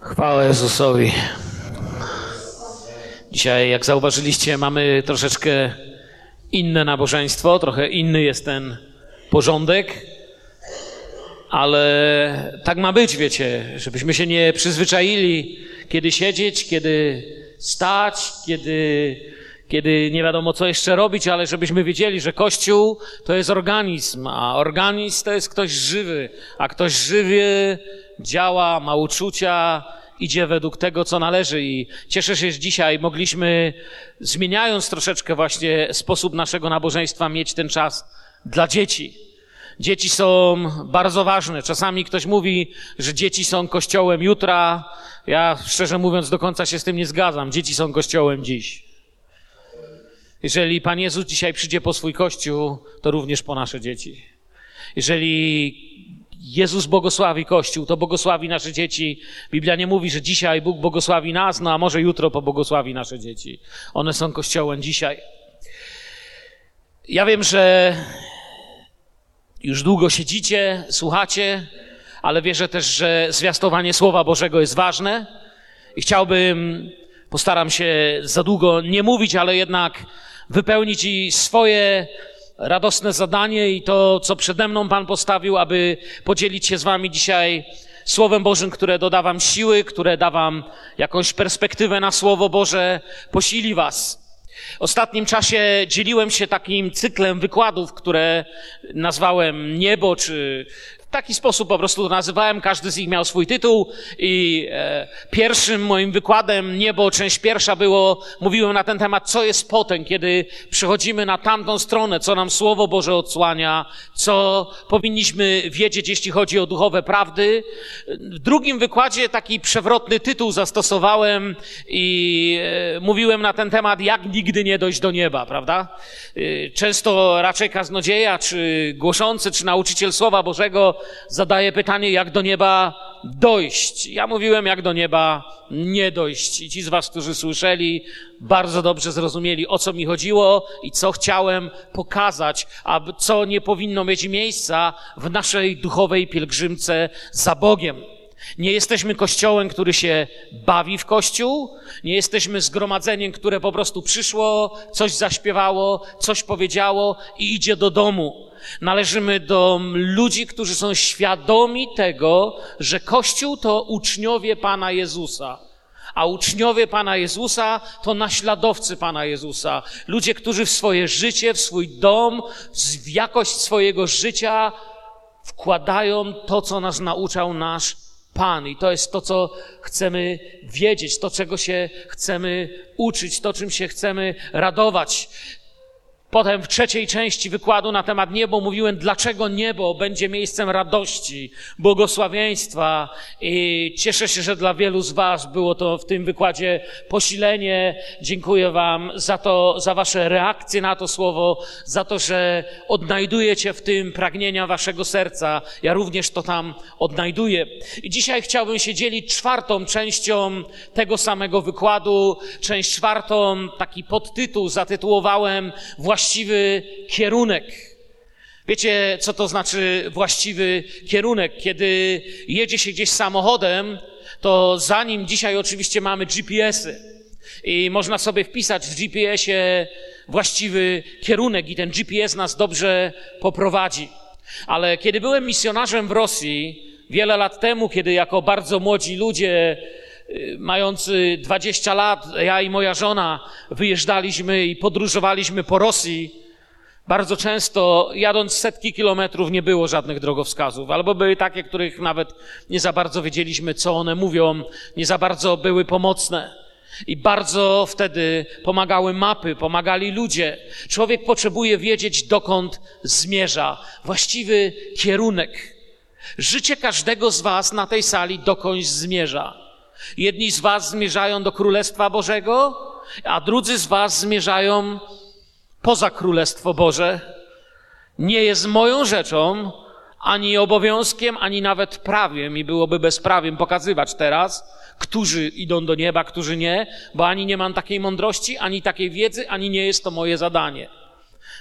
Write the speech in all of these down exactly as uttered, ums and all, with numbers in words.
Chwała Jezusowi. Dzisiaj, jak zauważyliście, mamy troszeczkę inne nabożeństwo, trochę inny jest ten porządek, ale tak ma być, wiecie, żebyśmy się nie przyzwyczaili, kiedy siedzieć, kiedy stać, kiedy, kiedy nie wiadomo co jeszcze robić, ale żebyśmy wiedzieli, że Kościół to jest organizm, a organizm to jest ktoś żywy, a ktoś żywy działa, ma uczucia, idzie według tego, co należy. I cieszę się, że dzisiaj mogliśmy, zmieniając troszeczkę właśnie sposób naszego nabożeństwa, mieć ten czas dla dzieci. Dzieci są bardzo ważne. Czasami ktoś mówi, że dzieci są kościołem jutra. Ja, szczerze mówiąc, do końca się z tym nie zgadzam. Dzieci są kościołem dziś. Jeżeli Pan Jezus dzisiaj przyjdzie po swój Kościół, to również po nasze dzieci. Jeżeli Jezus błogosławi Kościół, to błogosławi nasze dzieci. Biblia nie mówi, że dzisiaj Bóg błogosławi nas, no a może jutro pobłogosławi nasze dzieci. One są Kościołem dzisiaj. Ja wiem, że już długo siedzicie, słuchacie, ale wierzę też, że zwiastowanie Słowa Bożego jest ważne. I chciałbym, postaram się za długo nie mówić, ale jednak wypełnić i swoje radosne zadanie i to, co przede mną Pan postawił, aby podzielić się z wami dzisiaj Słowem Bożym, które doda wam siły, które da wam jakąś perspektywę na Słowo Boże, posili was. W ostatnim czasie dzieliłem się takim cyklem wykładów, które nazwałem Niebo, czy w taki sposób po prostu nazywałem. Każdy z nich miał swój tytuł i e, pierwszym moim wykładem Niebo, część pierwsza było, mówiłem na ten temat, co jest potem, kiedy przychodzimy na tamtą stronę, co nam Słowo Boże odsłania, co powinniśmy wiedzieć, jeśli chodzi o duchowe prawdy. W drugim wykładzie taki przewrotny tytuł zastosowałem i e, mówiłem na ten temat, jak nigdy nie dojść do nieba, prawda? E, często raczej kaznodzieja, czy głoszący, czy nauczyciel Słowa Bożego zadaje pytanie, jak do nieba dojść. Ja mówiłem, jak do nieba nie dojść. I ci z was, którzy słyszeli, bardzo dobrze zrozumieli, o co mi chodziło i co chciałem pokazać, a co nie powinno mieć miejsca w naszej duchowej pielgrzymce za Bogiem. Nie jesteśmy kościołem, który się bawi w kościół. Nie jesteśmy zgromadzeniem, które po prostu przyszło, coś zaśpiewało, coś powiedziało i idzie do domu. Należymy do ludzi, którzy są świadomi tego, że Kościół to uczniowie Pana Jezusa. A uczniowie Pana Jezusa to naśladowcy Pana Jezusa. Ludzie, którzy w swoje życie, w swój dom, w jakość swojego życia wkładają to, co nas nauczał nasz Pan. I to jest to, co chcemy wiedzieć, to, czego się chcemy uczyć, to, czym się chcemy radować. Potem w trzeciej części wykładu na temat niebo mówiłem, dlaczego niebo będzie miejscem radości, błogosławieństwa i cieszę się, że dla wielu z was było to w tym wykładzie posilenie. Dziękuję wam za to, za wasze reakcje na to słowo, za to, że odnajdujecie w tym pragnienia waszego serca. Ja również to tam odnajduję. I dzisiaj chciałbym się dzielić czwartą częścią tego samego wykładu. Część czwartą, taki podtytuł zatytułowałem Właściwy kierunek. Wiecie, co to znaczy właściwy kierunek? Kiedy jedzie się gdzieś samochodem, to zanim dzisiaj oczywiście mamy G P S-y i można sobie wpisać w G P S-ie właściwy kierunek i ten G P S nas dobrze poprowadzi. Ale kiedy byłem misjonarzem w Rosji wiele lat temu, kiedy jako bardzo młodzi ludzie mający dwadzieścia lat, ja i moja żona wyjeżdżaliśmy i podróżowaliśmy po Rosji. Bardzo często jadąc setki kilometrów nie było żadnych drogowskazów, albo były takie, których nawet nie za bardzo wiedzieliśmy, co one mówią, nie za bardzo były pomocne. I bardzo wtedy pomagały mapy, pomagali ludzie. Człowiek potrzebuje wiedzieć, dokąd zmierza. Właściwy kierunek. Życie każdego z was na tej sali dokądś zmierza. Jedni z was zmierzają do Królestwa Bożego, a drudzy z was zmierzają poza Królestwo Boże. Nie jest moją rzeczą, ani obowiązkiem, ani nawet prawem i byłoby bezprawiem pokazywać teraz, którzy idą do nieba, którzy nie, bo ani nie mam takiej mądrości, ani takiej wiedzy, ani nie jest to moje zadanie.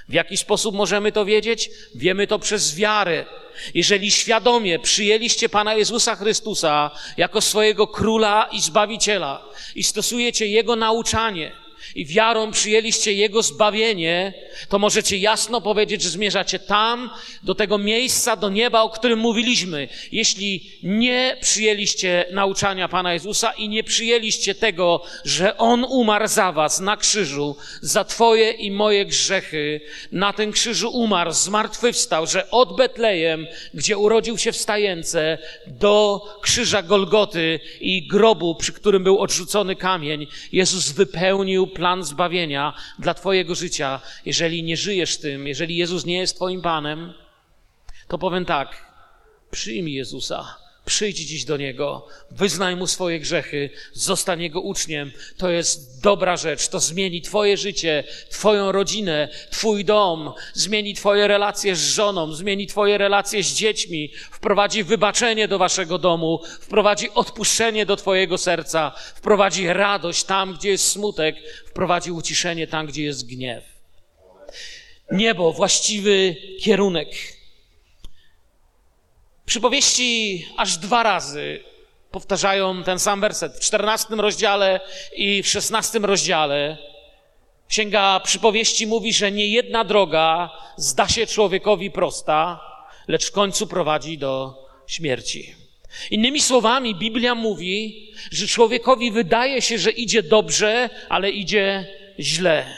W jaki sposób możemy to wiedzieć? Wiemy to przez wiarę. Jeżeli świadomie przyjęliście Pana Jezusa Chrystusa jako swojego Króla i Zbawiciela i stosujecie Jego nauczanie i wiarą przyjęliście Jego zbawienie, to możecie jasno powiedzieć, że zmierzacie tam, do tego miejsca, do nieba, o którym mówiliśmy. Jeśli nie przyjęliście nauczania Pana Jezusa i nie przyjęliście tego, że On umarł za was na krzyżu, za twoje i moje grzechy, na tym krzyżu umarł, zmartwychwstał, że od Betlejem, gdzie urodził się w stajence, do krzyża Golgoty i grobu, przy którym był odrzucony kamień, Jezus wypełnił plan zbawienia dla twojego życia. Jeżeli nie żyjesz tym, jeżeli Jezus nie jest twoim Panem, to powiem tak, przyjmij Jezusa, przyjdź dziś do Niego, wyznaj Mu swoje grzechy, zostań Jego uczniem. To jest dobra rzecz, to zmieni twoje życie, twoją rodzinę, twój dom, zmieni twoje relacje z żoną, zmieni twoje relacje z dziećmi, wprowadzi wybaczenie do waszego domu, wprowadzi odpuszczenie do twojego serca, wprowadzi radość tam, gdzie jest smutek, wprowadzi uciszenie tam, gdzie jest gniew. Niebo, właściwy kierunek. Przypowieści aż dwa razy powtarzają ten sam werset. W czternastym rozdziale i w szesnastym rozdziale Księga Przypowieści mówi, że nie jedna droga zda się człowiekowi prosta, lecz w końcu prowadzi do śmierci. Innymi słowami, Biblia mówi, że człowiekowi wydaje się, że idzie dobrze, ale idzie źle.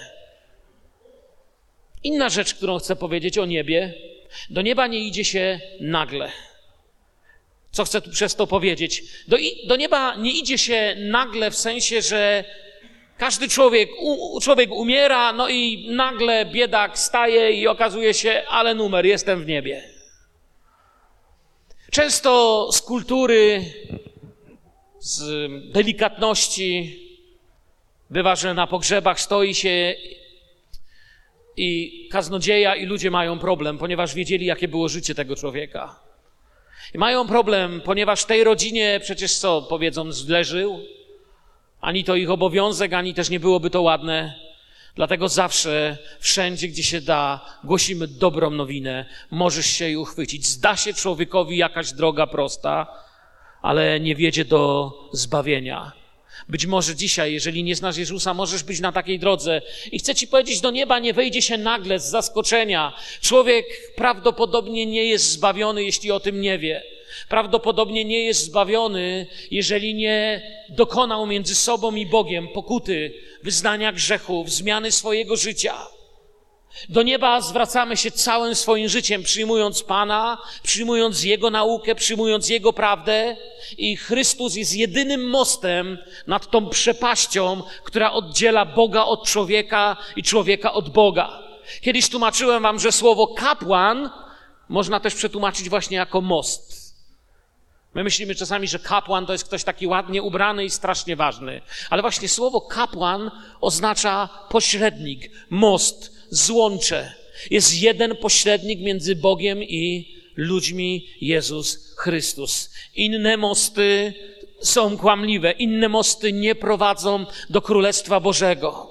Inna rzecz, którą chcę powiedzieć o niebie. Do nieba nie idzie się nagle. Co chcę tu przez to powiedzieć? Do, do nieba nie idzie się nagle w sensie, że każdy człowiek, u, człowiek umiera, no i nagle biedak staje i okazuje się, ale numer, jestem w niebie. Często z kultury, z delikatności bywa, że na pogrzebach stoi się i kaznodzieja i ludzie mają problem, ponieważ wiedzieli, jakie było życie tego człowieka. I mają problem, ponieważ tej rodzinie przecież co, powiedzą, źle żył. Ani to ich obowiązek, ani też nie byłoby to ładne. Dlatego zawsze, wszędzie, gdzie się da, głosimy dobrą nowinę. Możesz się jej uchwycić. Zda się człowiekowi jakaś droga prosta, ale nie wiedzie do zbawienia. Być może dzisiaj, jeżeli nie znasz Jezusa, możesz być na takiej drodze. I chcę ci powiedzieć, do nieba nie wejdzie się nagle, z zaskoczenia. Człowiek prawdopodobnie nie jest zbawiony, jeśli o tym nie wie. Prawdopodobnie nie jest zbawiony, jeżeli nie dokonał między sobą i Bogiem pokuty, wyznania grzechów, zmiany swojego życia. Do nieba zwracamy się całym swoim życiem, przyjmując Pana, przyjmując Jego naukę, przyjmując Jego prawdę i Chrystus jest jedynym mostem nad tą przepaścią, która oddziela Boga od człowieka i człowieka od Boga. Kiedyś tłumaczyłem wam, że słowo kapłan można też przetłumaczyć właśnie jako most. My myślimy czasami, że kapłan to jest ktoś taki ładnie ubrany i strasznie ważny. Ale właśnie słowo kapłan oznacza pośrednik, most, złącze. Jest jeden pośrednik między Bogiem i ludźmi, Jezus Chrystus. Inne mosty są kłamliwe, inne mosty nie prowadzą do Królestwa Bożego.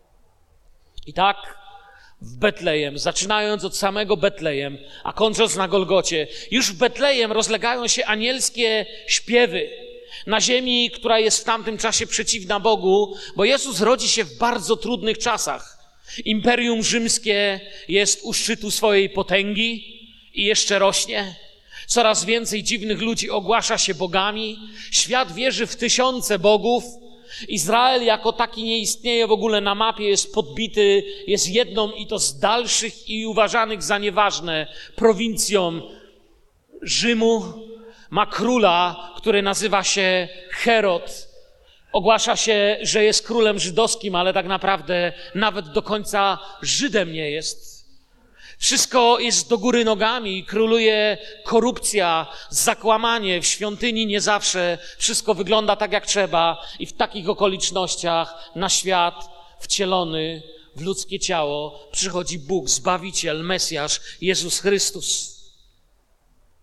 I tak w Betlejem, zaczynając od samego Betlejem, a kończąc na Golgocie, już w Betlejem rozlegają się anielskie śpiewy na ziemi, która jest w tamtym czasie przeciwna Bogu, bo Jezus rodzi się w bardzo trudnych czasach. Imperium rzymskie jest u szczytu swojej potęgi i jeszcze rośnie. Coraz więcej dziwnych ludzi ogłasza się bogami. Świat wierzy w tysiące bogów. Izrael jako taki nie istnieje w ogóle na mapie, jest podbity, jest jedną i to z dalszych i uważanych za nieważne prowincją Rzymu. Ma króla, który nazywa się Herod. Ogłasza się, że jest królem żydowskim, ale tak naprawdę nawet do końca Żydem nie jest. Wszystko jest do góry nogami, króluje korupcja, zakłamanie, w świątyni nie zawsze wszystko wygląda tak jak trzeba i w takich okolicznościach na świat wcielony w ludzkie ciało przychodzi Bóg, Zbawiciel, Mesjasz, Jezus Chrystus.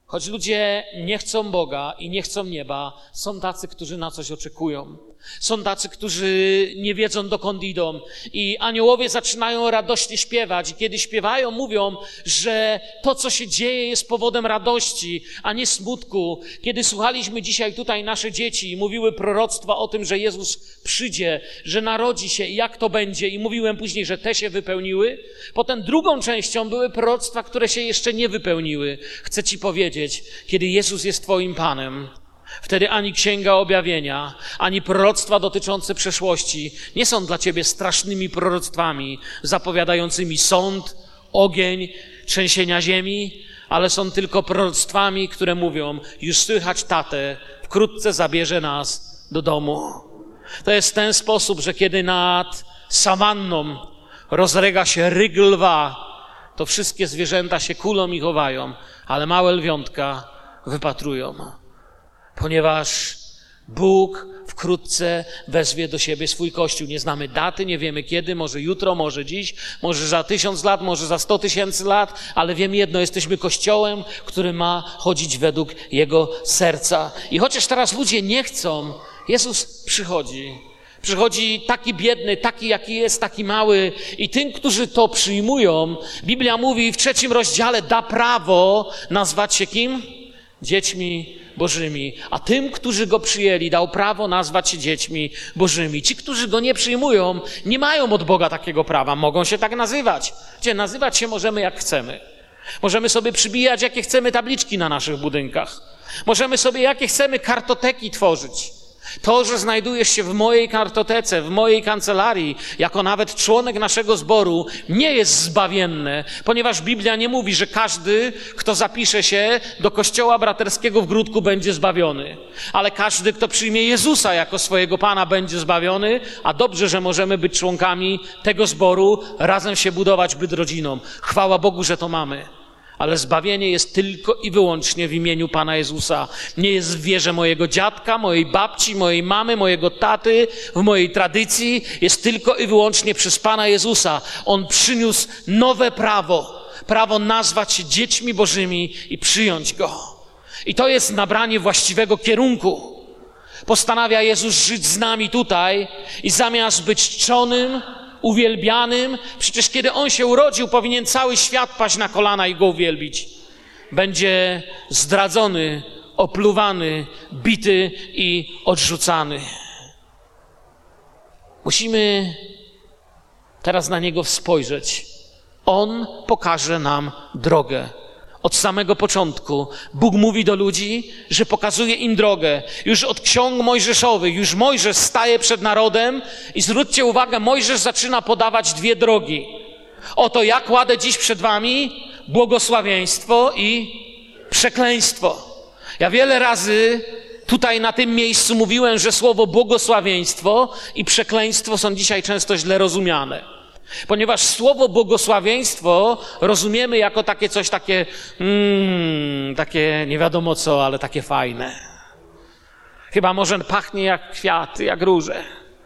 Choć ludzie nie chcą Boga i nie chcą nieba, są tacy, którzy na coś oczekują. Są tacy, którzy nie wiedzą, dokąd idą. I aniołowie zaczynają radośnie śpiewać. I kiedy śpiewają, mówią, że to, co się dzieje, jest powodem radości, a nie smutku. Kiedy słuchaliśmy dzisiaj tutaj nasze dzieci i mówiły proroctwa o tym, że Jezus przyjdzie, że narodzi się i jak to będzie, i mówiłem później, że te się wypełniły, potem drugą częścią były proroctwa, które się jeszcze nie wypełniły. Chcę ci powiedzieć, kiedy Jezus jest twoim Panem, wtedy ani Księga Objawienia, ani proroctwa dotyczące przeszłości nie są dla ciebie strasznymi proroctwami zapowiadającymi sąd, ogień, trzęsienia ziemi, ale są tylko proroctwami, które mówią, już słychać tatę, wkrótce zabierze nas do domu. To jest w ten sposób, że kiedy nad sawanną rozrega się ryk lwa, to wszystkie zwierzęta się kulą i chowają, ale małe lwiątka wypatrują. Ponieważ Bóg wkrótce wezwie do siebie swój Kościół. Nie znamy daty, nie wiemy kiedy, może jutro, może dziś, może za tysiąc lat, może za sto tysięcy lat, ale wiemy jedno, jesteśmy Kościołem, który ma chodzić według Jego serca. I chociaż teraz ludzie nie chcą, Jezus przychodzi. Przychodzi taki biedny, taki jaki jest, taki mały i tym, którzy to przyjmują, Biblia mówi w trzecim rozdziale, da prawo nazwać się kim? Dziećmi Bożymi. A tym, którzy Go przyjęli, dał prawo nazwać się dziećmi Bożymi. Ci, którzy Go nie przyjmują, nie mają od Boga takiego prawa. Mogą się tak nazywać. Gdzie nazywać się możemy jak chcemy. Możemy sobie przybijać jakie chcemy tabliczki na naszych budynkach. Możemy sobie jakie chcemy kartoteki tworzyć. To, że znajdujesz się w mojej kartotece, w mojej kancelarii, jako nawet członek naszego zboru, nie jest zbawienne, ponieważ Biblia nie mówi, że każdy, kto zapisze się do Kościoła Braterskiego w Gródku, będzie zbawiony. Ale każdy, kto przyjmie Jezusa jako swojego Pana, będzie zbawiony, a dobrze, że możemy być członkami tego zboru, razem się budować, być rodziną. Chwała Bogu, że to mamy. Ale zbawienie jest tylko i wyłącznie w imieniu Pana Jezusa. Nie jest w wierze mojego dziadka, mojej babci, mojej mamy, mojego taty, w mojej tradycji. Jest tylko i wyłącznie przez Pana Jezusa. On przyniósł nowe prawo. Prawo nazwać się dziećmi Bożymi i przyjąć Go. I to jest nabranie właściwego kierunku. Postanawia Jezus żyć z nami tutaj i zamiast być czczonym, uwielbianym, przecież kiedy On się urodził, powinien cały świat paść na kolana i Go uwielbić. Będzie zdradzony, opluwany, bity i odrzucany. Musimy teraz na Niego spojrzeć. On pokaże nam drogę. Od samego początku Bóg mówi do ludzi, że pokazuje im drogę. Już od ksiąg mojżeszowych, już Mojżesz staje przed narodem i zwróćcie uwagę, Mojżesz zaczyna podawać dwie drogi. Oto ja kładę dziś przed wami błogosławieństwo i przekleństwo. Ja wiele razy tutaj na tym miejscu mówiłem, że słowo błogosławieństwo i przekleństwo są dzisiaj często źle rozumiane. Ponieważ słowo błogosławieństwo rozumiemy jako takie coś takie, mm, takie nie wiadomo co, ale takie fajne. Chyba może pachnie jak kwiaty, jak róże.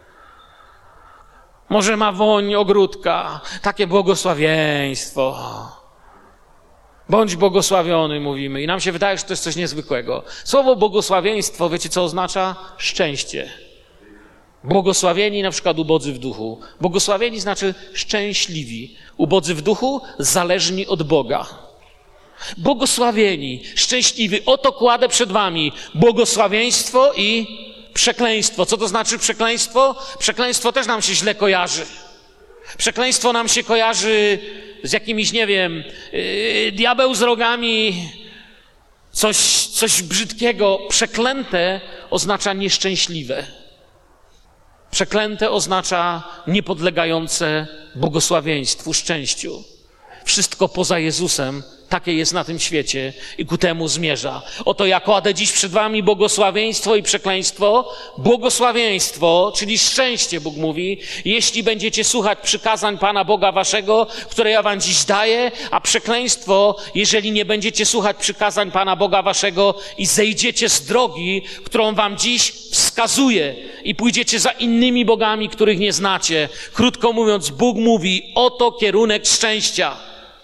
Może ma woń ogródka, takie błogosławieństwo. Bądź błogosławiony, mówimy. I nam się wydaje, że to jest coś niezwykłego. Słowo błogosławieństwo, wiecie co oznacza? Szczęście. Błogosławieni na przykład ubodzy w duchu. Błogosławieni znaczy szczęśliwi. Ubodzy w duchu zależni od Boga. Błogosławieni, szczęśliwi. Oto kładę przed wami błogosławieństwo i przekleństwo. Co to znaczy przekleństwo? Przekleństwo też nam się źle kojarzy. Przekleństwo nam się kojarzy z jakimiś, nie wiem, yy, diabeł z rogami, coś, coś brzydkiego. Przeklęte oznacza nieszczęśliwe. Przeklęte oznacza niepodlegające błogosławieństwu, szczęściu. Wszystko poza Jezusem, takie jest na tym świecie i ku temu zmierza. Oto ja kładę dziś przed wami błogosławieństwo i przekleństwo. Błogosławieństwo, czyli szczęście, Bóg mówi, jeśli będziecie słuchać przykazań Pana Boga waszego, które ja wam dziś daję, a przekleństwo, jeżeli nie będziecie słuchać przykazań Pana Boga waszego i zejdziecie z drogi, którą wam dziś wskazuje i pójdziecie za innymi bogami, których nie znacie. Krótko mówiąc, Bóg mówi, oto kierunek szczęścia.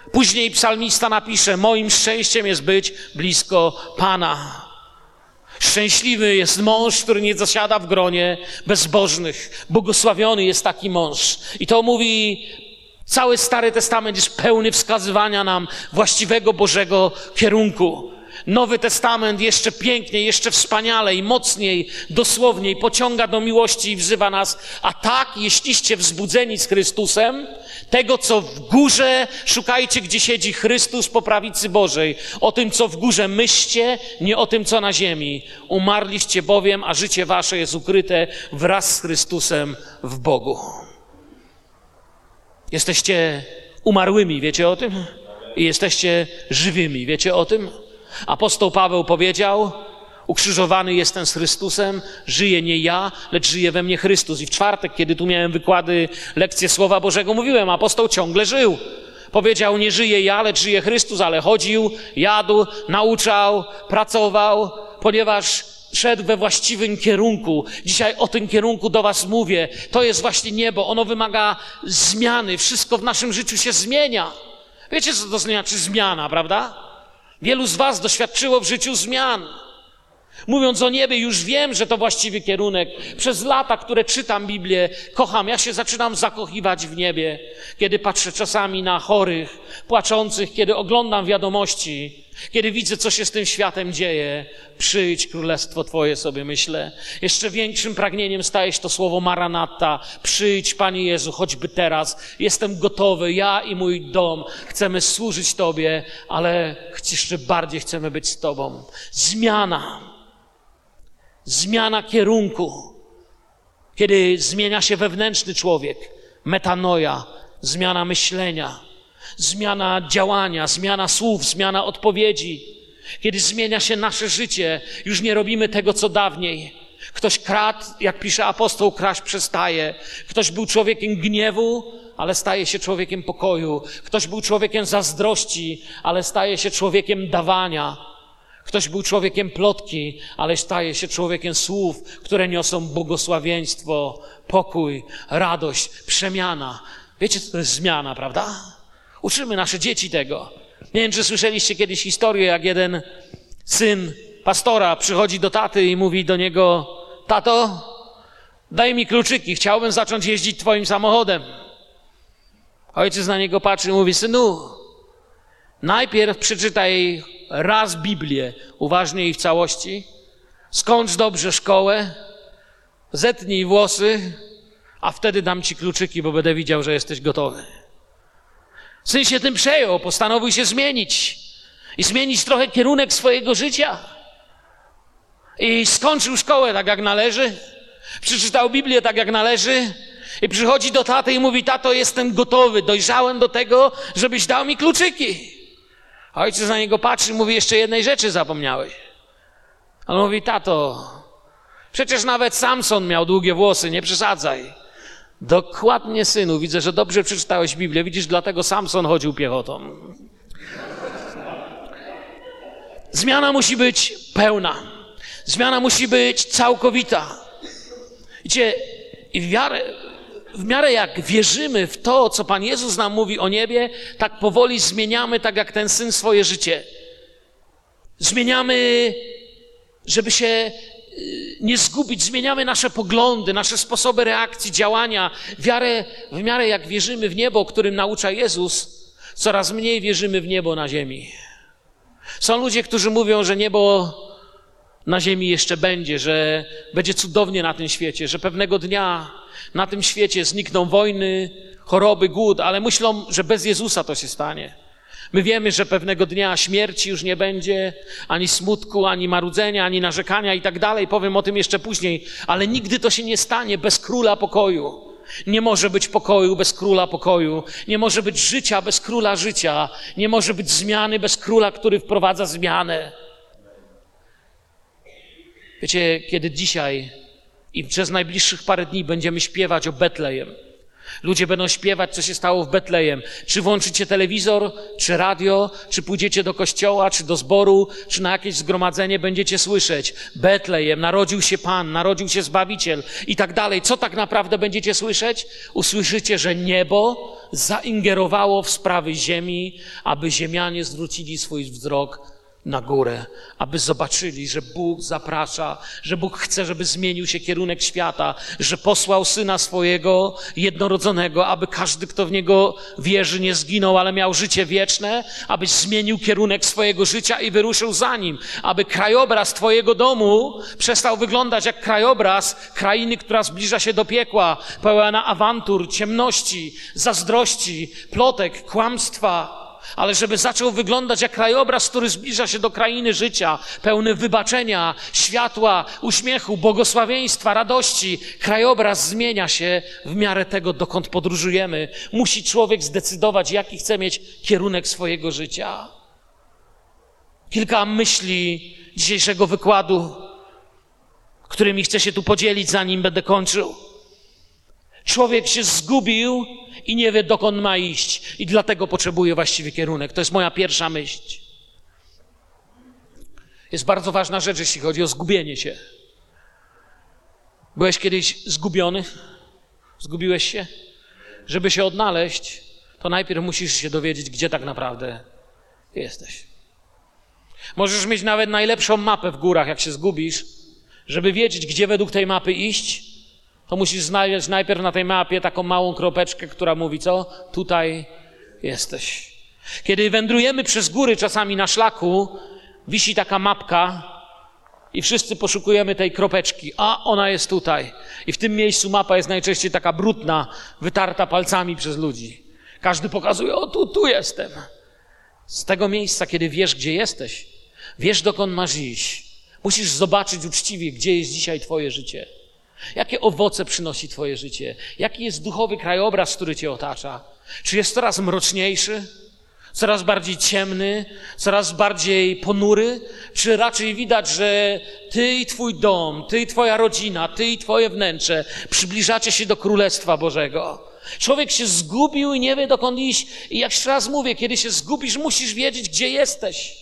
Później psalmista napisze: moim szczęściem jest być blisko Pana. Szczęśliwy jest mąż, który nie zasiada w gronie bezbożnych. Błogosławiony jest taki mąż. I to mówi, cały Stary Testament jest pełny wskazywania nam właściwego Bożego kierunku. Nowy Testament jeszcze piękniej, jeszcze wspanialej, mocniej, dosłowniej pociąga do miłości i wzywa nas: a tak, jeśliście wzbudzeni z Chrystusem, tego, co w górze, szukajcie, gdzie siedzi Chrystus po prawicy Bożej. O tym, co w górze myślcie, nie o tym, co na ziemi. Umarliście bowiem, a życie wasze jest ukryte wraz z Chrystusem w Bogu. Jesteście umarłymi, wiecie o tym? I jesteście żywymi, wiecie o tym? Apostoł Paweł powiedział: ukrzyżowany jestem z Chrystusem, żyję nie ja, lecz żyje we mnie Chrystus. I w czwartek, kiedy tu miałem wykłady, lekcje Słowa Bożego, mówiłem, apostoł ciągle żył. Powiedział: nie żyję ja, lecz żyje Chrystus, ale chodził, jadł, nauczał, pracował, ponieważ szedł we właściwym kierunku. Dzisiaj o tym kierunku do was mówię. To jest właśnie niebo, ono wymaga zmiany. Wszystko w naszym życiu się zmienia. Wiecie, co to znaczy zmiana, prawda? Wielu z was doświadczyło w życiu zmian. Mówiąc o niebie, już wiem, że to właściwy kierunek. Przez lata, które czytam Biblię, kocham, ja się zaczynam zakochiwać w niebie. Kiedy patrzę czasami na chorych, płaczących, kiedy oglądam wiadomości, kiedy widzę, co się z tym światem dzieje. Przyjdź, królestwo Twoje, sobie myślę. Jeszcze większym pragnieniem staje się to słowo Maranata. Przyjdź, Panie Jezu, choćby teraz. Jestem gotowy, ja i mój dom. Chcemy służyć Tobie, ale jeszcze bardziej chcemy być z Tobą. Zmiana. Zmiana kierunku. Kiedy zmienia się wewnętrzny człowiek. Metanoja. Zmiana myślenia. Zmiana działania, zmiana słów, zmiana odpowiedzi. Kiedy zmienia się nasze życie, już nie robimy tego, co dawniej. Ktoś kradł, jak pisze apostoł, kraść przestaje. Ktoś był człowiekiem gniewu, ale staje się człowiekiem pokoju. Ktoś był człowiekiem zazdrości, ale staje się człowiekiem dawania. Ktoś był człowiekiem plotki, ale staje się człowiekiem słów, które niosą błogosławieństwo, pokój, radość, przemiana. Wiecie, co to jest zmiana, prawda? Uczymy nasze dzieci tego. Nie wiem, czy słyszeliście kiedyś historię, jak jeden syn pastora przychodzi do taty i mówi do niego: tato, daj mi kluczyki, chciałbym zacząć jeździć twoim samochodem. Ojciec na niego patrzy i mówi: synu, najpierw przeczytaj raz Biblię, uważnie i w całości, skończ dobrze szkołę, zetnij włosy, a wtedy dam ci kluczyki, bo będę widział, że jesteś gotowy. Syn się tym przejął, postanowił się zmienić i zmienić trochę kierunek swojego życia. I skończył szkołę tak, jak należy, przeczytał Biblię tak, jak należy i przychodzi do taty i mówi: tato, jestem gotowy, dojrzałem do tego, żebyś dał mi kluczyki. A ojciec na niego patrzy i mówi: jeszcze jednej rzeczy zapomniałeś. A on mówi: tato, przecież nawet Samson miał długie włosy, nie przesadzaj. Dokładnie, synu, widzę, że dobrze przeczytałeś Biblię. Widzisz, dlatego Samson chodził piechotą. Zmiana musi być pełna. Zmiana musi być całkowita. Widzicie, i w miarę, w miarę jak wierzymy w to, co Pan Jezus nam mówi o niebie, tak powoli zmieniamy, tak jak ten syn, swoje życie. Zmieniamy, żeby się nie zgubić, zmieniamy nasze poglądy, nasze sposoby reakcji, działania. Wiarę, w miarę jak wierzymy w niebo, o którym naucza Jezus, coraz mniej wierzymy w niebo na ziemi. Są ludzie, którzy mówią, że niebo na ziemi jeszcze będzie, że będzie cudownie na tym świecie, że pewnego dnia na tym świecie znikną wojny, choroby, głód, ale myślą, że bez Jezusa to się stanie. My wiemy, że pewnego dnia śmierci już nie będzie, ani smutku, ani marudzenia, ani narzekania i tak dalej. Powiem o tym jeszcze później, ale nigdy to się nie stanie bez Króla Pokoju. Nie może być pokoju bez Króla Pokoju. Nie może być życia bez Króla Życia. Nie może być zmiany bez Króla, który wprowadza zmianę. Wiecie, kiedy dzisiaj i przez najbliższych parę dni będziemy śpiewać o Betlejem, Ludzie będą śpiewać, co się stało w Betlejem. Czy włączycie telewizor, czy radio, czy pójdziecie do kościoła, czy do zboru, czy na jakieś zgromadzenie, będziecie słyszeć: Betlejem, narodził się Pan, narodził się Zbawiciel i tak dalej. Co tak naprawdę będziecie słyszeć? Usłyszycie, że niebo zaingerowało w sprawy ziemi, aby ziemianie zwrócili swój wzrok na górę, aby zobaczyli, że Bóg zaprasza, że Bóg chce, żeby zmienił się kierunek świata, że posłał Syna swojego jednorodzonego, aby każdy, kto w Niego wierzy, nie zginął, ale miał życie wieczne, abyś zmienił kierunek swojego życia i wyruszył za Nim, aby krajobraz twojego domu przestał wyglądać jak krajobraz krainy, która zbliża się do piekła, pełna awantur, ciemności, zazdrości, plotek, kłamstwa, ale żeby zaczął wyglądać jak krajobraz, który zbliża się do krainy życia, pełny wybaczenia, światła, uśmiechu, błogosławieństwa, radości. Krajobraz zmienia się w miarę tego, dokąd podróżujemy. Musi człowiek zdecydować, jaki chce mieć kierunek swojego życia. Kilka myśli dzisiejszego wykładu, którymi chcę się tu podzielić, zanim będę kończył. Człowiek się zgubił i nie wie, dokąd ma iść. I dlatego potrzebuje właściwy kierunek. To jest moja pierwsza myśl. Jest bardzo ważna rzecz, jeśli chodzi o zgubienie się. Byłeś kiedyś zgubiony? Zgubiłeś się? Żeby się odnaleźć, to najpierw musisz się dowiedzieć, gdzie tak naprawdę jesteś. Możesz mieć nawet najlepszą mapę w górach, jak się zgubisz. Żeby wiedzieć, gdzie według tej mapy iść, to musisz znaleźć najpierw na tej mapie taką małą kropeczkę, która mówi co? Tutaj jesteś. Kiedy wędrujemy przez góry czasami na szlaku, wisi taka mapka i wszyscy poszukujemy tej kropeczki. A, ona jest tutaj. I w tym miejscu mapa jest najczęściej taka brudna, wytarta palcami przez ludzi. Każdy pokazuje: o, tu, tu jestem. Z tego miejsca, kiedy wiesz, gdzie jesteś, wiesz, dokąd masz iść, musisz zobaczyć uczciwie, gdzie jest dzisiaj twoje życie. Jakie owoce przynosi twoje życie? Jaki jest duchowy krajobraz, który cię otacza? Czy jest coraz mroczniejszy? Coraz bardziej ciemny? Coraz bardziej ponury? Czy raczej widać, że ty i twój dom, ty i twoja rodzina, ty i twoje wnętrze przybliżacie się do Królestwa Bożego? Człowiek się zgubił i nie wie, dokąd iść. I jak jeszcze raz mówię, kiedy się zgubisz, musisz wiedzieć, gdzie jesteś.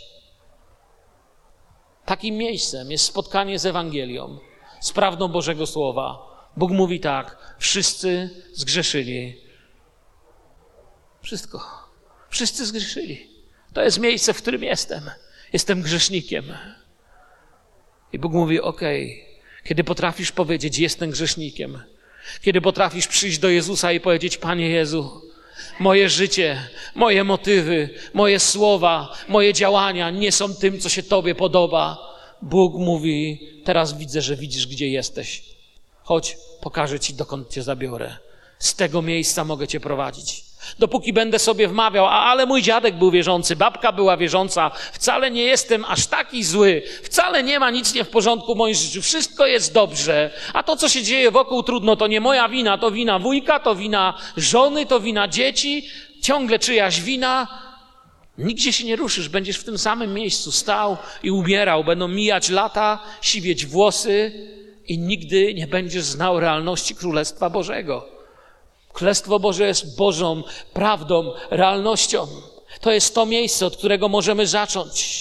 Takim miejscem jest spotkanie z Ewangelią, z prawdą Bożego Słowa. Bóg mówi tak: wszyscy zgrzeszyli. Wszystko. Wszyscy zgrzeszyli. To jest miejsce, w którym jestem. Jestem grzesznikiem. I Bóg mówi: okej, kiedy potrafisz powiedzieć: jestem grzesznikiem, kiedy potrafisz przyjść do Jezusa i powiedzieć: Panie Jezu, moje życie, moje motywy, moje słowa, moje działania nie są tym, co się Tobie podoba. Bóg mówi: teraz widzę, że widzisz, gdzie jesteś. Chodź, pokażę Ci, dokąd Cię zabiorę. Z tego miejsca mogę Cię prowadzić. Dopóki będę sobie wmawiał: a ale mój dziadek był wierzący, babka była wierząca, wcale nie jestem aż taki zły, wcale nie ma nic nie w porządku w moim życiu, wszystko jest dobrze, a to, co się dzieje wokół, trudno, to nie moja wina, to wina wujka, to wina żony, to wina dzieci, ciągle czyjaś wina. Nigdzie się nie ruszysz, będziesz w tym samym miejscu stał i umierał. Będą mijać lata, siwieć włosy i nigdy nie będziesz znał realności Królestwa Bożego. Królestwo Boże jest Bożą prawdą, realnością. To jest to miejsce, od którego możemy zacząć.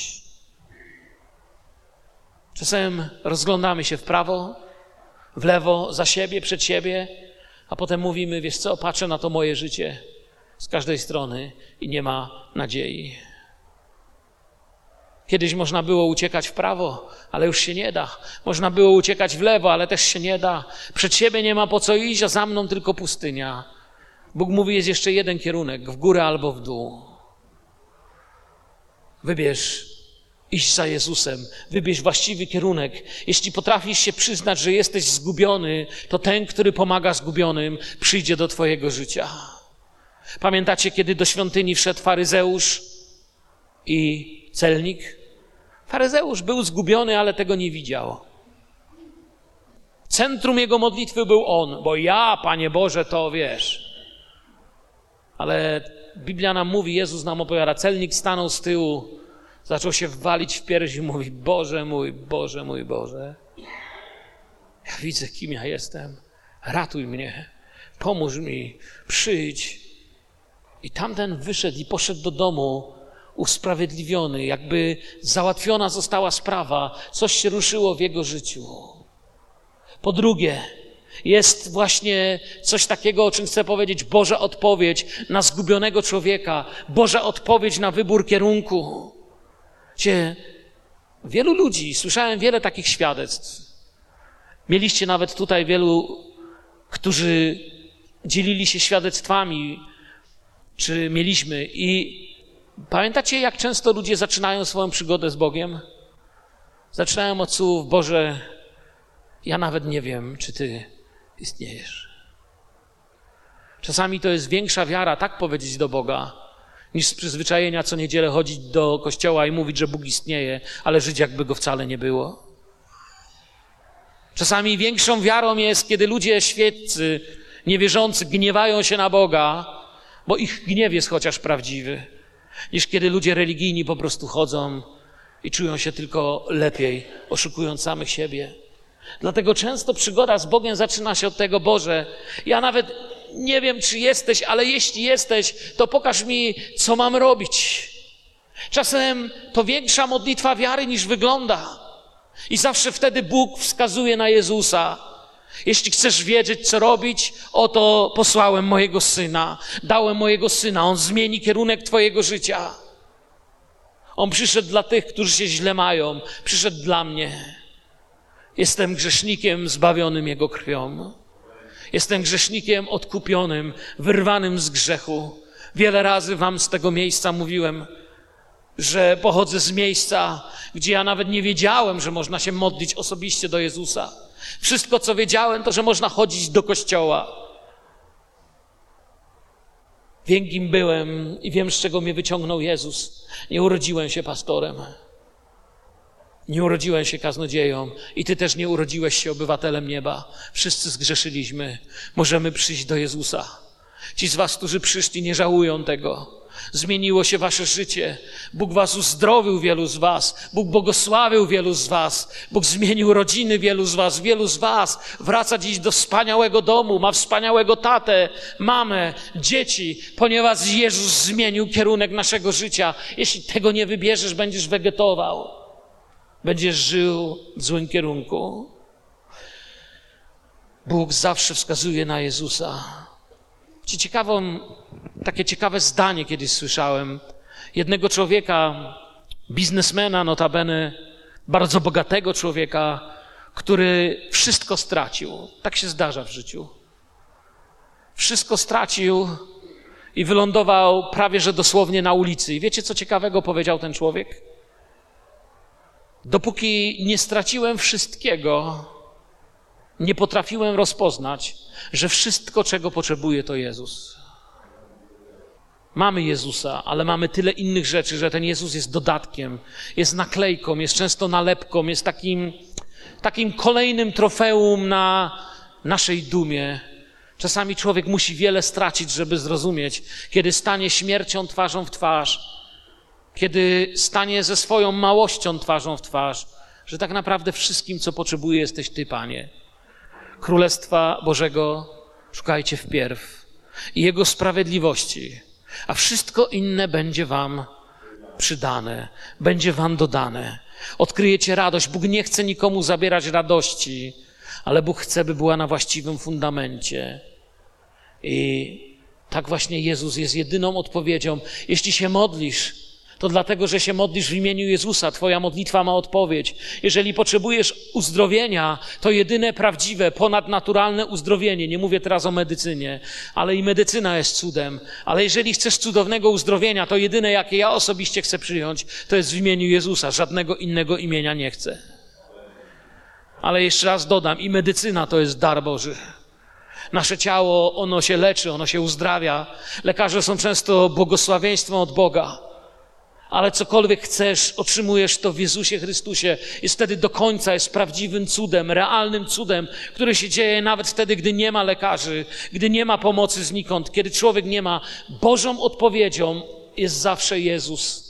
Czasem rozglądamy się w prawo, w lewo, za siebie, przed siebie, a potem mówimy: wiesz co, patrzę na to moje życie z każdej strony i nie ma nadziei. Kiedyś można było uciekać w prawo, ale już się nie da. Można było uciekać w lewo, ale też się nie da. Przed siebie nie ma po co iść, a za mną tylko pustynia. Bóg mówi: jest jeszcze jeden kierunek, w górę albo w dół. Wybierz iść za Jezusem, wybierz właściwy kierunek. Jeśli potrafisz się przyznać, że jesteś zgubiony, to ten, który pomaga zgubionym, przyjdzie do twojego życia. Pamiętacie, kiedy do świątyni wszedł faryzeusz i celnik? Faryzeusz był zgubiony, ale tego nie widział. Centrum jego modlitwy był on, bo ja, Panie Boże, to wiesz. Ale Biblia nam mówi, Jezus nam opowiada, celnik stanął z tyłu, zaczął się walić w piersi i mówi: Boże mój, Boże mój, Boże, ja widzę, kim ja jestem, ratuj mnie. pomóż mi, przyjdź. I tamten wyszedł i poszedł do domu usprawiedliwiony, jakby załatwiona została sprawa, coś się ruszyło w jego życiu. Po drugie, jest właśnie coś takiego, o czym chcę powiedzieć, Boża odpowiedź na zgubionego człowieka, Boża odpowiedź na wybór kierunku. Wiecie, wielu ludzi, słyszałem wiele takich świadectw. Mieliście nawet tutaj wielu, którzy dzielili się świadectwami, czy mieliśmy. I pamiętacie, jak często ludzie zaczynają swoją przygodę z Bogiem? Zaczynają od słów: Boże, ja nawet nie wiem, czy Ty istniejesz. Czasami to jest większa wiara tak powiedzieć do Boga, niż z przyzwyczajenia co niedzielę chodzić do kościoła i mówić, że Bóg istnieje, ale żyć jakby Go wcale nie było. Czasami większą wiarą jest, kiedy ludzie świeccy, niewierzący gniewają się na Boga, bo ich gniew jest chociaż prawdziwy, niż kiedy ludzie religijni po prostu chodzą i czują się tylko lepiej, oszukując samych siebie. Dlatego często przygoda z Bogiem zaczyna się od tego: Boże, ja nawet nie wiem, czy jesteś, ale jeśli jesteś, to pokaż mi, co mam robić. Czasem to większa modlitwa wiary niż wygląda. I zawsze wtedy Bóg wskazuje na Jezusa. Jeśli chcesz wiedzieć, co robić, oto posłałem mojego Syna, dałem mojego Syna, On zmieni kierunek twojego życia. On przyszedł dla tych, którzy się źle mają, przyszedł dla mnie. Jestem grzesznikiem zbawionym Jego krwią. Jestem grzesznikiem odkupionym, wyrwanym z grzechu. Wiele razy wam z tego miejsca mówiłem, że pochodzę z miejsca, gdzie ja nawet nie wiedziałem, że można się modlić osobiście do Jezusa. Wszystko, co wiedziałem, to, że można chodzić do kościoła. Wiem, kim byłem i wiem, z czego mnie wyciągnął Jezus. Nie urodziłem się pastorem. Nie urodziłem się kaznodzieją i ty też nie urodziłeś się obywatelem nieba. Wszyscy zgrzeszyliśmy. Możemy przyjść do Jezusa. Ci z was, którzy przyszli, nie żałują tego. Zmieniło się wasze życie. Bóg was uzdrowił, wielu z was. Bóg błogosławił wielu z was. Bóg zmienił rodziny wielu z was. Wielu z was wraca dziś do wspaniałego domu, ma wspaniałego tatę, mamę, dzieci, ponieważ Jezus zmienił kierunek naszego życia. Jeśli tego nie wybierzesz, będziesz wegetował. Będziesz żył w złym kierunku. Bóg zawsze wskazuje na Jezusa. Ci ciekawą, takie ciekawe zdanie kiedyś słyszałem. Jednego człowieka, biznesmena notabene, bardzo bogatego człowieka, który wszystko stracił. Tak się zdarza w życiu. Wszystko stracił i wylądował prawie że dosłownie na ulicy. I wiecie, co ciekawego powiedział ten człowiek? Dopóki nie straciłem wszystkiego, nie potrafiłem rozpoznać, że wszystko, czego potrzebuję, to Jezus. Mamy Jezusa, ale mamy tyle innych rzeczy, że ten Jezus jest dodatkiem, jest naklejką, jest często nalepką, jest takim, takim kolejnym trofeum na naszej dumie. Czasami człowiek musi wiele stracić, żeby zrozumieć, kiedy stanie śmiercią twarzą w twarz, kiedy stanie ze swoją małością twarzą w twarz, że tak naprawdę wszystkim, co potrzebuje, jesteś Ty, Panie. Królestwa Bożego szukajcie wpierw i Jego sprawiedliwości, a wszystko inne będzie wam przydane, będzie wam dodane. Odkryjecie radość. Bóg nie chce nikomu zabierać radości, ale Bóg chce, by była na właściwym fundamencie. I tak właśnie Jezus jest jedyną odpowiedzią. Jeśli się modlisz, to dlatego, że się modlisz w imieniu Jezusa. Twoja modlitwa ma odpowiedź. Jeżeli potrzebujesz uzdrowienia, to jedyne prawdziwe, ponadnaturalne uzdrowienie. Nie mówię teraz o medycynie, ale i medycyna jest cudem. Ale jeżeli chcesz cudownego uzdrowienia, to jedyne, jakie ja osobiście chcę przyjąć, to jest w imieniu Jezusa. Żadnego innego imienia nie chcę. Ale jeszcze raz dodam, i medycyna to jest dar Boży. Nasze ciało, ono się leczy, ono się uzdrawia. Lekarze są często błogosławieństwem od Boga. Ale cokolwiek chcesz, otrzymujesz to w Jezusie Chrystusie. Jest wtedy do końca, jest prawdziwym cudem, realnym cudem, który się dzieje nawet wtedy, gdy nie ma lekarzy, gdy nie ma pomocy znikąd, kiedy człowiek nie ma. Bożą odpowiedzią jest zawsze Jezus.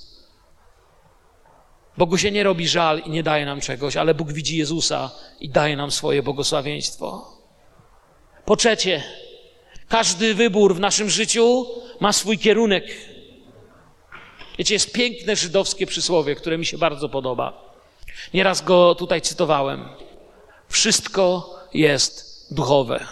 Bogu się nie robi żal i nie daje nam czegoś, ale Bóg widzi Jezusa i daje nam swoje błogosławieństwo. Po trzecie, Każdy wybór w naszym życiu ma swój kierunek. Wiecie, jest piękne żydowskie przysłowie, które mi się bardzo podoba. Nieraz go tutaj cytowałem. Wszystko jest duchowe.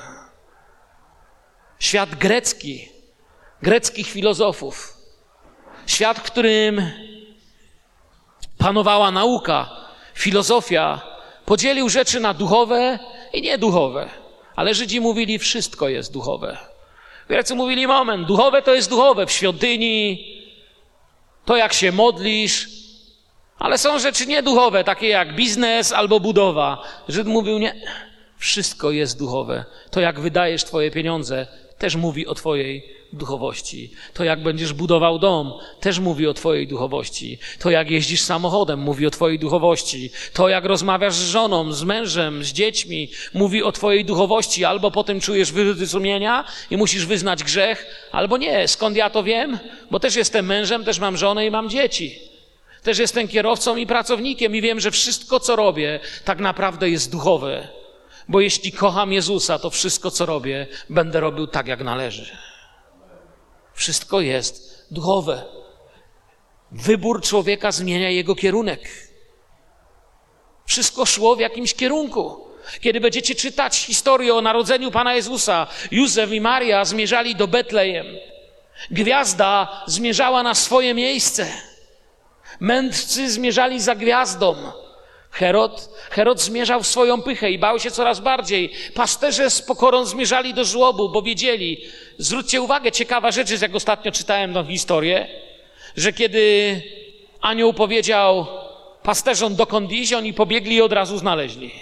Świat grecki, greckich filozofów, świat, w którym panowała nauka, filozofia, podzielił rzeczy na duchowe i nieduchowe. Ale Żydzi mówili, wszystko jest duchowe. Grecy mówili, moment, duchowe to jest duchowe w świątyni, to jak się modlisz, ale są rzeczy nieduchowe, takie jak biznes albo budowa. Żyd mówił, nie, wszystko jest duchowe. To jak wydajesz twoje pieniądze, też mówi o twojej duchowości. To jak będziesz budował dom, też mówi o twojej duchowości. To jak jeździsz samochodem, mówi o twojej duchowości. To jak rozmawiasz z żoną, z mężem, z dziećmi, mówi o twojej duchowości. Albo potem czujesz wyrzuty sumienia i musisz wyznać grzech, albo nie. Skąd ja to wiem? Bo też jestem mężem, też mam żonę i mam dzieci. Też jestem kierowcą i pracownikiem i wiem, że wszystko, co robię, tak naprawdę jest duchowe. Bo jeśli kocham Jezusa, to wszystko, co robię, będę robił tak, jak należy. Wszystko jest duchowe. Wybór człowieka zmienia jego kierunek. Wszystko szło w jakimś kierunku. Kiedy będziecie czytać historię o narodzeniu Pana Jezusa, Józef i Maria zmierzali do Betlejem. Gwiazda zmierzała na swoje miejsce. Mędrcy zmierzali za gwiazdą. Herod, Herod zmierzał w swoją pychę i bał się coraz bardziej. Pasterze z pokorą zmierzali do żłobu, bo wiedzieli. Zwróćcie uwagę, ciekawa rzecz jest, jak ostatnio czytałem tę historię, że kiedy anioł powiedział pasterzom, dokąd iść, oni pobiegli i od razu znaleźli.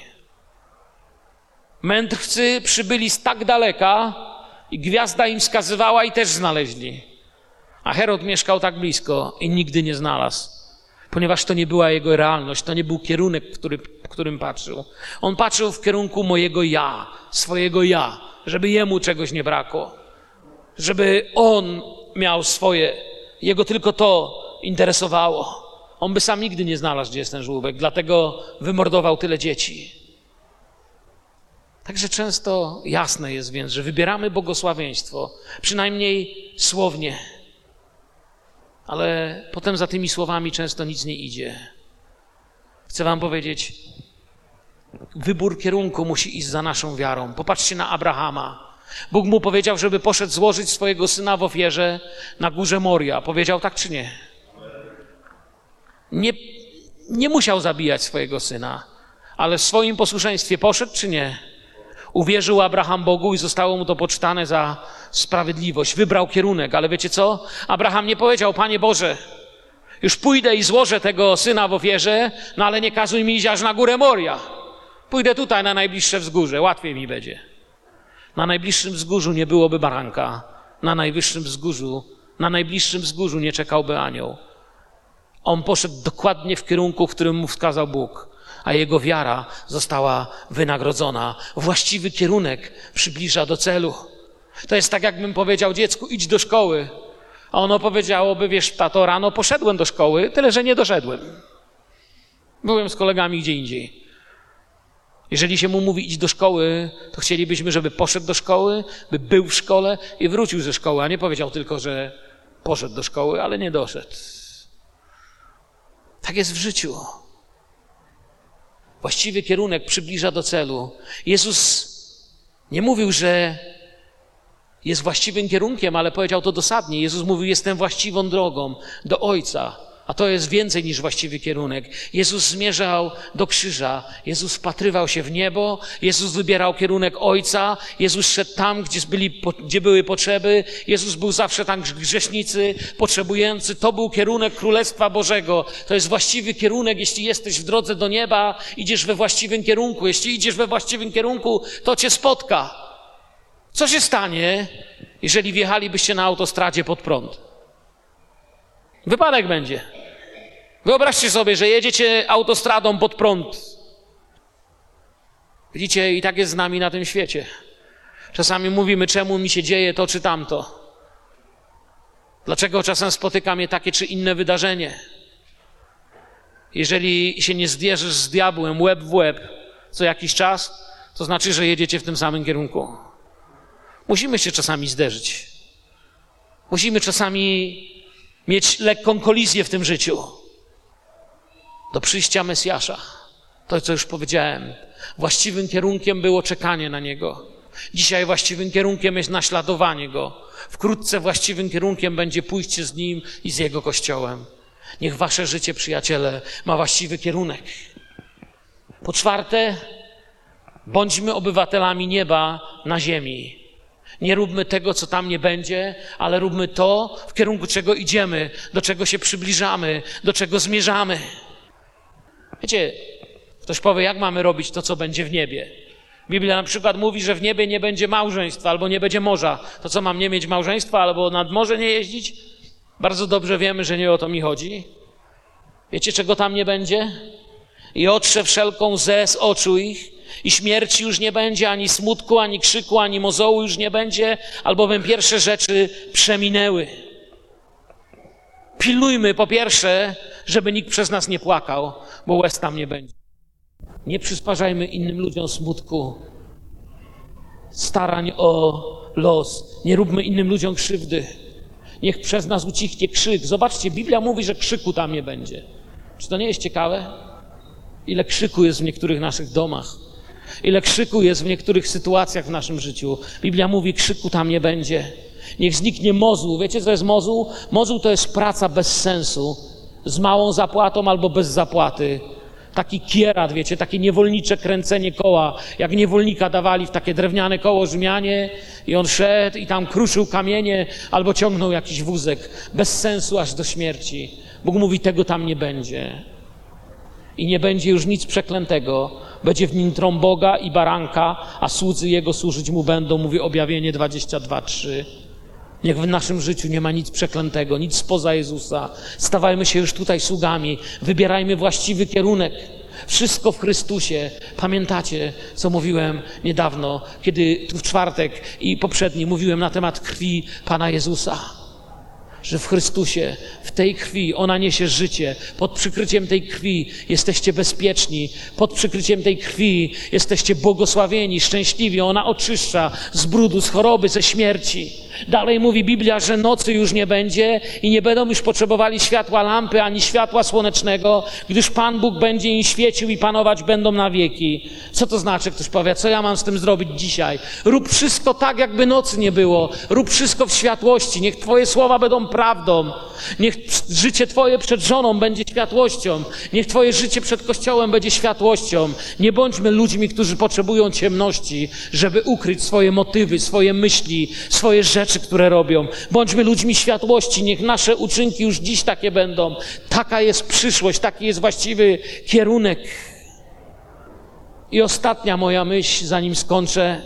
Mędrcy przybyli z tak daleka i gwiazda im wskazywała i też znaleźli. A Herod mieszkał tak blisko i nigdy nie znalazł. Ponieważ to nie była jego realność, to nie był kierunek, w który, w którym patrzył. On patrzył w kierunku mojego ja, swojego ja, żeby jemu czegoś nie brakło. Żeby on miał swoje, jego tylko to interesowało. On by sam nigdy nie znalazł, gdzie jest ten żłóbek, dlatego wymordował tyle dzieci. Także często jasne jest więc, że wybieramy błogosławieństwo, przynajmniej słownie. Ale potem za tymi słowami często nic nie idzie. Chcę wam powiedzieć, wybór kierunku musi iść za naszą wiarą. Popatrzcie na Abrahama. Bóg mu powiedział, żeby poszedł złożyć swojego syna w ofierze na górze Moria. Powiedział tak czy nie? Nie, nie musiał zabijać swojego syna, ale w swoim posłuszeństwie poszedł czy nie? Uwierzył Abraham Bogu i zostało mu to poczytane za sprawiedliwość. Wybrał kierunek, ale wiecie co? Abraham nie powiedział, Panie Boże, już pójdę i złożę tego syna w ofierze, no ale nie kazuj mi iść aż na górę Moria. Pójdę tutaj na najbliższe wzgórze, łatwiej mi będzie. Na najbliższym wzgórzu nie byłoby baranka. Na najwyższym wzgórzu, na najbliższym wzgórzu nie czekałby anioł. On poszedł dokładnie w kierunku, w którym mu wskazał Bóg. A jego wiara została wynagrodzona. Właściwy kierunek przybliża do celu. To jest tak, jakbym powiedział dziecku, idź do szkoły. A ono powiedziałoby, wiesz, tato, rano poszedłem do szkoły, tyle, że nie doszedłem. Byłem z kolegami gdzie indziej. Jeżeli się mu mówi, idź do szkoły, to chcielibyśmy, żeby poszedł do szkoły, by był w szkole i wrócił ze szkoły, a nie powiedział tylko, że poszedł do szkoły, ale nie doszedł. Tak jest w życiu. Właściwy kierunek przybliża do celu. Jezus nie mówił, że jest właściwym kierunkiem, ale powiedział to dosadnie. Jezus mówił, jestem właściwą drogą do Ojca. A to jest więcej niż właściwy kierunek. Jezus zmierzał do krzyża. Jezus wpatrywał się w niebo. Jezus wybierał kierunek Ojca. Jezus szedł tam, gdzie, byli, gdzie były potrzeby. Jezus był zawsze tam grzesznicy, potrzebujący. To był kierunek Królestwa Bożego. To jest właściwy kierunek. Jeśli jesteś w drodze do nieba, idziesz we właściwym kierunku. Jeśli idziesz we właściwym kierunku, to cię spotka. Co się stanie, jeżeli wjechalibyście na autostradzie pod prąd? Wypadek będzie. Wyobraźcie sobie, że jedziecie autostradą pod prąd. Widzicie, i tak jest z nami na tym świecie. Czasami mówimy, czemu mi się dzieje to czy tamto. Dlaczego czasem spotyka mnie takie czy inne wydarzenie. Jeżeli się nie zderzysz z diabłem łeb w łeb co jakiś czas, to znaczy, że jedziecie w tym samym kierunku. Musimy się czasami zderzyć. Musimy czasami mieć lekką kolizję w tym życiu. Do przyjścia Mesjasza. To, co już powiedziałem. Właściwym kierunkiem było czekanie na Niego. Dzisiaj właściwym kierunkiem jest naśladowanie Go. Wkrótce właściwym kierunkiem będzie pójście z Nim i z Jego Kościołem. Niech wasze życie, przyjaciele, ma właściwy kierunek. Po czwarte, bądźmy obywatelami nieba na ziemi. Nie róbmy tego, co tam nie będzie, ale róbmy to, w kierunku czego idziemy, do czego się przybliżamy, do czego zmierzamy. Wiecie, ktoś powie, jak mamy robić to, co będzie w niebie? Biblia na przykład mówi, że w niebie nie będzie małżeństwa albo nie będzie morza. To co, mam nie mieć małżeństwa albo nad morze nie jeździć? Bardzo dobrze wiemy, że nie o to mi chodzi. Wiecie, czego tam nie będzie? I otrze wszelką łzę z oczu ich i śmierci już nie będzie, ani smutku, ani krzyku, ani mozołu już nie będzie, albowiem pierwsze rzeczy przeminęły. Pilnujmy po pierwsze, żeby nikt przez nas nie płakał, bo łez tam nie będzie. Nie przysparzajmy innym ludziom smutku, starań o los. Nie róbmy innym ludziom krzywdy. Niech przez nas ucichnie krzyk. Zobaczcie, Biblia mówi, że krzyku tam nie będzie. Czy to nie jest ciekawe? Ile krzyku jest w niektórych naszych domach. Ile krzyku jest w niektórych sytuacjach w naszym życiu. Biblia mówi, krzyku tam nie będzie. Niech zniknie mozuł. Wiecie, co jest mozuł? Mozuł to jest praca bez sensu. Z małą zapłatą albo bez zapłaty. Taki kierat, wiecie, takie niewolnicze kręcenie koła. Jak niewolnika dawali w takie drewniane koło Rzymianie i on szedł i tam kruszył kamienie albo ciągnął jakiś wózek. Bez sensu aż do śmierci. Bóg mówi, tego tam nie będzie. I nie będzie już nic przeklętego. Będzie w nim tron Boga i baranka, a słudzy Jego służyć Mu będą, mówi Objawienie dwadzieścia dwa, trzy. Niech w naszym życiu nie ma nic przeklętego, nic spoza Jezusa. Stawajmy się już tutaj sługami, wybierajmy właściwy kierunek. Wszystko w Chrystusie. Pamiętacie, co mówiłem niedawno, kiedy tu w czwartek i poprzedni mówiłem na temat krwi Pana Jezusa. Że w Chrystusie, w tej krwi, ona niesie życie. Pod przykryciem tej krwi jesteście bezpieczni. Pod przykryciem tej krwi jesteście błogosławieni, szczęśliwi. Ona oczyszcza z brudu, z choroby, ze śmierci. Dalej mówi Biblia, że nocy już nie będzie i nie będą już potrzebowali światła lampy ani światła słonecznego, gdyż Pan Bóg będzie im świecił i panować będą na wieki. Co to znaczy? Ktoś powie, co ja mam z tym zrobić dzisiaj? Rób wszystko tak, jakby nocy nie było. Rób wszystko w światłości. Niech Twoje słowa będą prawdą. Niech życie Twoje przed żoną będzie światłością. Niech Twoje życie przed Kościołem będzie światłością. Nie bądźmy ludźmi, którzy potrzebują ciemności, żeby ukryć swoje motywy, swoje myśli, swoje rzeczy, które robią. Bądźmy ludźmi światłości. Niech nasze uczynki już dziś takie będą. Taka jest przyszłość, taki jest właściwy kierunek. I ostatnia moja myśl, zanim skończę.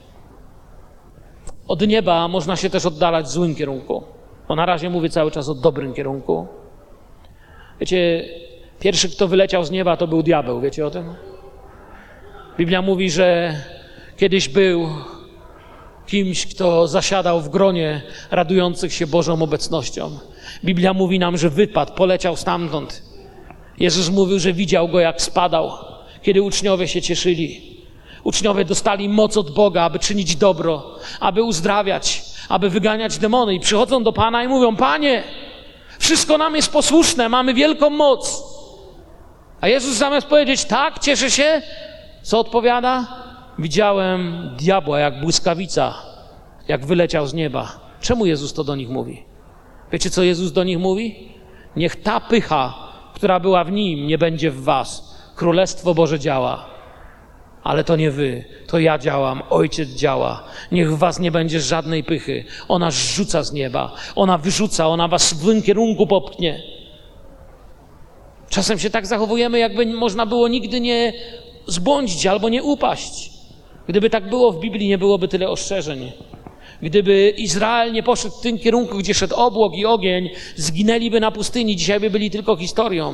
Od nieba można się też oddalać w złym kierunku. Bo na razie mówię cały czas o dobrym kierunku. Wiecie, pierwszy, kto wyleciał z nieba, to był diabeł. Wiecie o tym? Biblia mówi, że kiedyś był kimś, kto zasiadał w gronie radujących się Bożą obecnością. Biblia mówi nam, że wypadł, poleciał stamtąd. Jezus mówił, że widział go, jak spadał, kiedy uczniowie się cieszyli. Uczniowie dostali moc od Boga, aby czynić dobro, aby uzdrawiać, aby wyganiać demony. I przychodzą do Pana i mówią, Panie, wszystko nam jest posłuszne, mamy wielką moc. A Jezus zamiast powiedzieć, tak, cieszę się, co odpowiada? Widziałem diabła jak błyskawica, jak wyleciał z nieba. Czemu Jezus to do nich mówi? Wiecie, co Jezus do nich mówi? Niech ta pycha, która była w nim, nie będzie w was. Królestwo Boże działa. Ale to nie wy, to ja działam, Ojciec działa. Niech w was nie będzie żadnej pychy. Ona zrzuca z nieba, ona wyrzuca, ona was w złym kierunku popchnie. Czasem się tak zachowujemy, jakby można było nigdy nie zbłądzić albo nie upaść. Gdyby tak było w Biblii, nie byłoby tyle ostrzeżeń. Gdyby Izrael nie poszedł w tym kierunku, gdzie szedł obłok i ogień, zginęliby na pustyni, dzisiaj by byli tylko historią.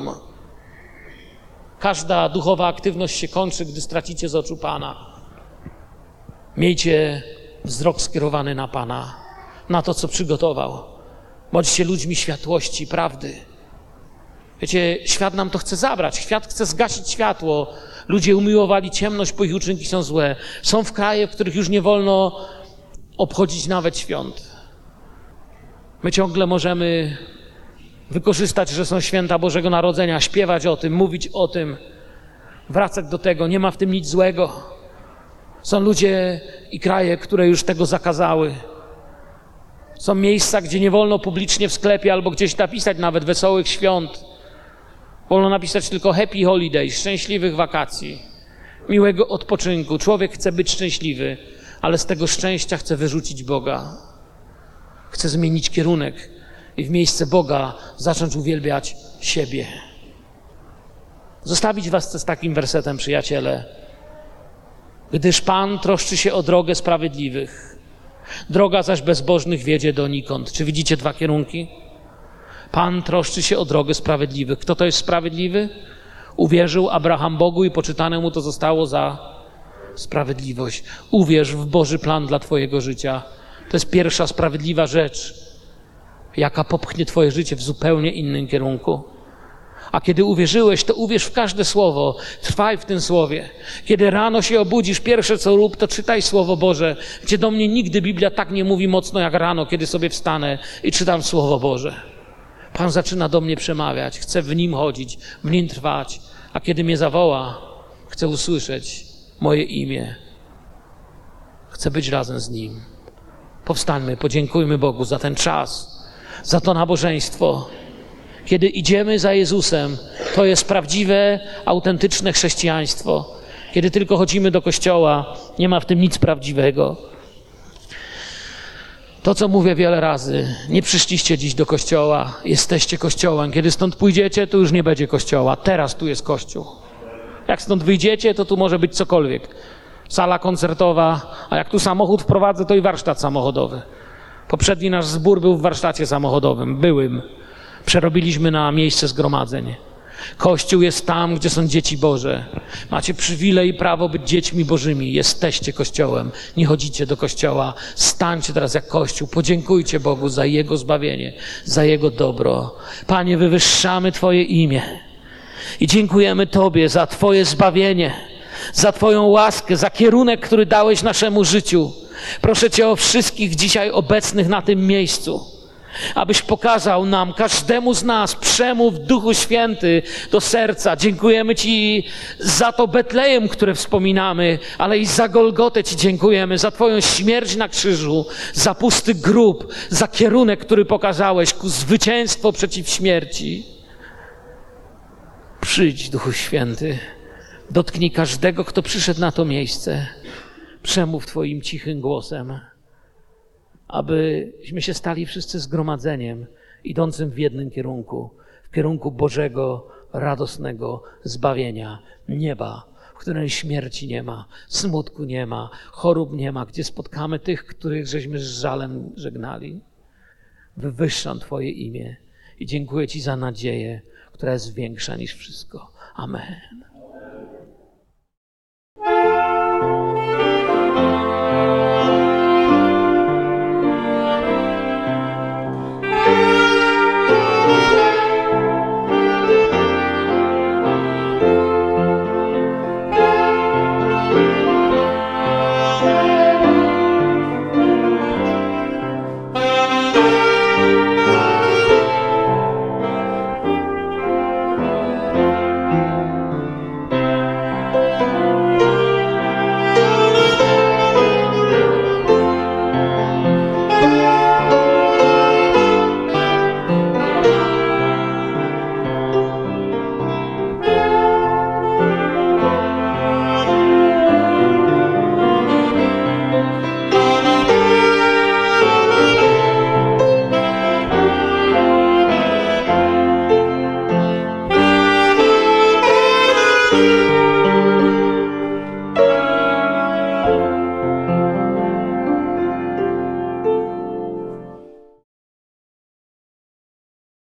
Każda duchowa aktywność się kończy, gdy stracicie z oczu Pana. Miejcie wzrok skierowany na Pana, na to, co przygotował. Bądźcie ludźmi światłości, prawdy. Wiecie, świat nam to chce zabrać. Świat chce zgasić światło. Ludzie umiłowali ciemność, bo ich uczynki są złe. Są w kraje, w których już nie wolno obchodzić nawet świąt. My ciągle możemy wykorzystać, że są święta Bożego Narodzenia, śpiewać o tym, mówić o tym, wracać do tego. Nie ma w tym nic złego. Są ludzie i kraje, które już tego zakazały. Są miejsca, gdzie nie wolno publicznie w sklepie albo gdzieś napisać nawet wesołych świąt. Wolno napisać tylko happy holidays, szczęśliwych wakacji, miłego odpoczynku. Człowiek chce być szczęśliwy, ale z tego szczęścia chce wyrzucić Boga. Chce zmienić kierunek i w miejsce Boga zacząć uwielbiać siebie. Zostawić was chcę z takim wersetem, przyjaciele. Gdyż Pan troszczy się o drogę sprawiedliwych, droga zaś bezbożnych wiedzie donikąd. Czy widzicie dwa kierunki? Pan troszczy się o drogę sprawiedliwych. Kto to jest sprawiedliwy? Uwierzył Abraham Bogu i poczytane mu to zostało za sprawiedliwość. Uwierz w Boży plan dla twojego życia. To jest pierwsza sprawiedliwa rzecz, jaka popchnie twoje życie w zupełnie innym kierunku. A kiedy uwierzyłeś, to uwierz w każde słowo, trwaj w tym słowie. Kiedy rano się obudzisz, pierwsze co rób, to czytaj Słowo Boże, gdzie do mnie nigdy Biblia tak nie mówi mocno jak rano, kiedy sobie wstanę i czytam Słowo Boże. Pan zaczyna do mnie przemawiać, chcę w Nim chodzić, w Nim trwać, a kiedy mnie zawoła, chcę usłyszeć moje imię. Chcę być razem z Nim. Powstańmy, podziękujmy Bogu za ten czas, za to nabożeństwo. Kiedy idziemy za Jezusem, to jest prawdziwe, autentyczne chrześcijaństwo. Kiedy tylko chodzimy do kościoła, nie ma w tym nic prawdziwego. To, co mówię wiele razy, nie przyszliście dziś do kościoła, jesteście kościołem. Kiedy stąd pójdziecie, to już nie będzie kościoła. Teraz tu jest kościół. Jak stąd wyjdziecie, to tu może być cokolwiek. Sala koncertowa, a jak tu samochód wprowadzę, to i warsztat samochodowy. Poprzedni nasz zbór był w warsztacie samochodowym, byłym. Przerobiliśmy na miejsce zgromadzeń. Kościół jest tam, gdzie są dzieci Boże. Macie przywilej i prawo być dziećmi Bożymi. Jesteście Kościołem. Nie chodzicie do kościoła. Stańcie teraz jak Kościół. Podziękujcie Bogu za Jego zbawienie, za Jego dobro. Panie, wywyższamy Twoje imię i dziękujemy Tobie za Twoje zbawienie, za Twoją łaskę, za kierunek, który dałeś naszemu życiu. Proszę Cię o wszystkich dzisiaj obecnych na tym miejscu, abyś pokazał nam, każdemu z nas, przemów Duchu Święty do serca. Dziękujemy Ci za to Betlejem, które wspominamy, ale i za Golgotę Ci dziękujemy, za Twoją śmierć na krzyżu, za pusty grób, za kierunek, który pokazałeś ku zwycięstwu przeciw śmierci. Przyjdź, Duchu Święty, dotknij każdego, kto przyszedł na to miejsce. Przemów Twoim cichym głosem, abyśmy się stali wszyscy zgromadzeniem idącym w jednym kierunku, w kierunku Bożego, radosnego zbawienia, nieba, w którym śmierci nie ma, smutku nie ma, chorób nie ma, gdzie spotkamy tych, których żeśmy z żalem żegnali. Wywyższam Twoje imię i dziękuję Ci za nadzieję, która jest większa niż wszystko. Amen.